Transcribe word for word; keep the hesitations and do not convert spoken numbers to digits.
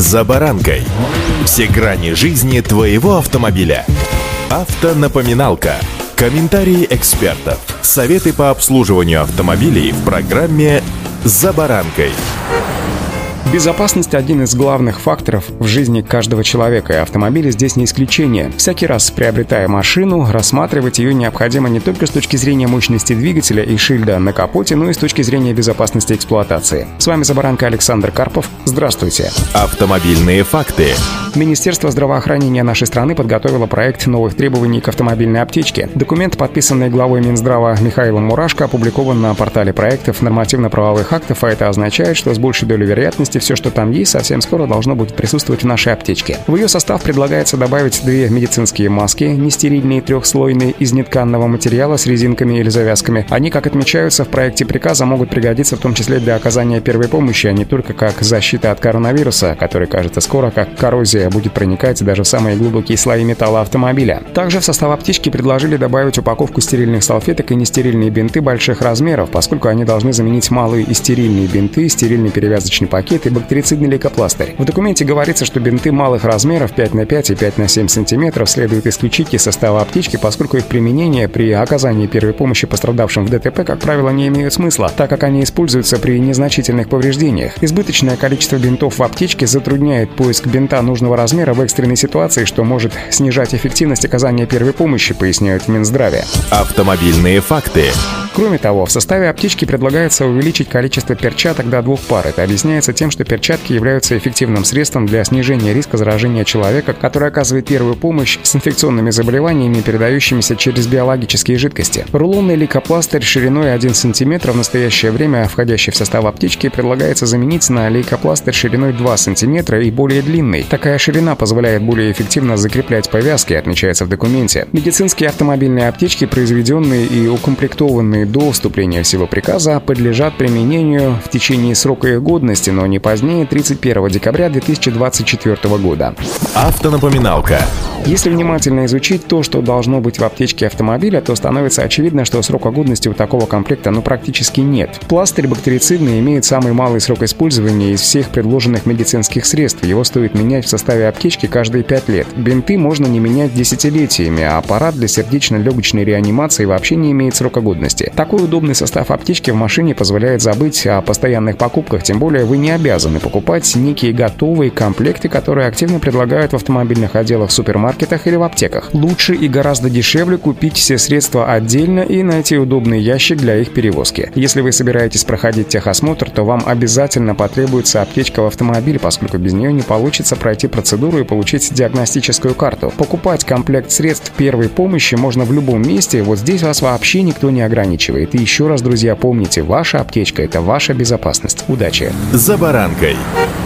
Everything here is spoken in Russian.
«За баранкой». Все грани жизни твоего автомобиля. Автонапоминалка. Комментарии экспертов. Советы по обслуживанию автомобилей в программе «За баранкой». Безопасность – один из главных факторов в жизни каждого человека, и автомобили здесь не исключение. Всякий раз, приобретая машину, рассматривать ее необходимо не только с точки зрения мощности двигателя и шильда на капоте, но и с точки зрения безопасности эксплуатации. С вами «За баранкой» Александр Карпов. Здравствуйте. Автомобильные факты. Министерство здравоохранения нашей страны подготовило проект новых требований к автомобильной аптечке. Документ, подписанный главой Минздрава Михаилом Мурашко, опубликован на портале проектов нормативно-правовых актов, а это означает, что с большей долей вероятности все, что там есть, совсем скоро должно будет присутствовать в нашей аптечке. В ее состав предлагается добавить две медицинские маски, нестерильные трехслойные, из нетканного материала с резинками или завязками. Они, как отмечаются в проекте приказа, могут пригодиться в том числе для оказания первой помощи, а не только как защита от коронавируса, который, кажется, скоро, как коррозия, будет проникать даже в самые глубокие слои металла автомобиля. Также в состав аптечки предложили добавить упаковку стерильных салфеток и нестерильные бинты больших размеров, поскольку они должны заменить малые и стерильные бинты, стерильный перевязочный пакет и бактерицидный лейкопластырь. В документе говорится, что бинты малых размеров пять на пять и пять на семь сантиметров следует исключить из состава аптечки, поскольку их применение при оказании первой помощи пострадавшим в ДТП, как правило, не имеют смысла, так как они используются при незначительных повреждениях. Избыточное количество бинтов в аптечке затрудняет поиск бинта нужного размера в экстренной ситуации, что может снижать эффективность оказания первой помощи, поясняют в Минздраве. Автомобильные факты. Кроме того, в составе аптечки предлагается увеличить количество перчаток до двух пар. Это объясняется тем, что перчатки являются эффективным средством для снижения риска заражения человека, который оказывает первую помощь с инфекционными заболеваниями, передающимися через биологические жидкости. Рулонный лейкопластырь шириной один сантиметр в настоящее время, входящий в состав аптечки, предлагается заменить на лейкопластырь шириной два сантиметра и более длинный. Такая ширина позволяет более эффективно закреплять повязки, отмечается в документе. Медицинские автомобильные аптечки, произведенные и укомплектованные до вступления в силу приказа, подлежат применению в течение срока их годности, но не позднее тридцать первого декабря две тысячи двадцать четвёртого года. Автонапоминалка. Если внимательно изучить то, что должно быть в аптечке автомобиля, то становится очевидно, что срока годности у такого комплекта ну практически нет. Пластырь бактерицидный имеет самый малый срок использования из всех предложенных медицинских средств. Его стоит менять в составе аптечки каждые пять лет. Бинты можно не менять десятилетиями, а аппарат для сердечно-легочной реанимации вообще не имеет срока годности. Такой удобный состав аптечки в машине позволяет забыть о постоянных покупках, тем более вы не обязаны покупать некие готовые комплекты, которые активно предлагают в автомобильных отделах в супермаркетах или в аптеках. Лучше и гораздо дешевле купить все средства отдельно и найти удобный ящик для их перевозки. Если вы собираетесь проходить техосмотр, то вам обязательно потребуется аптечка в автомобиле, поскольку без нее не получится пройти процедуру и получить диагностическую карту. Покупать комплект средств первой помощи можно в любом месте, вот здесь вас вообще никто не ограничивает. И еще раз, друзья, помните, ваша аптечка – это ваша безопасность. Удачи! «За баранкой».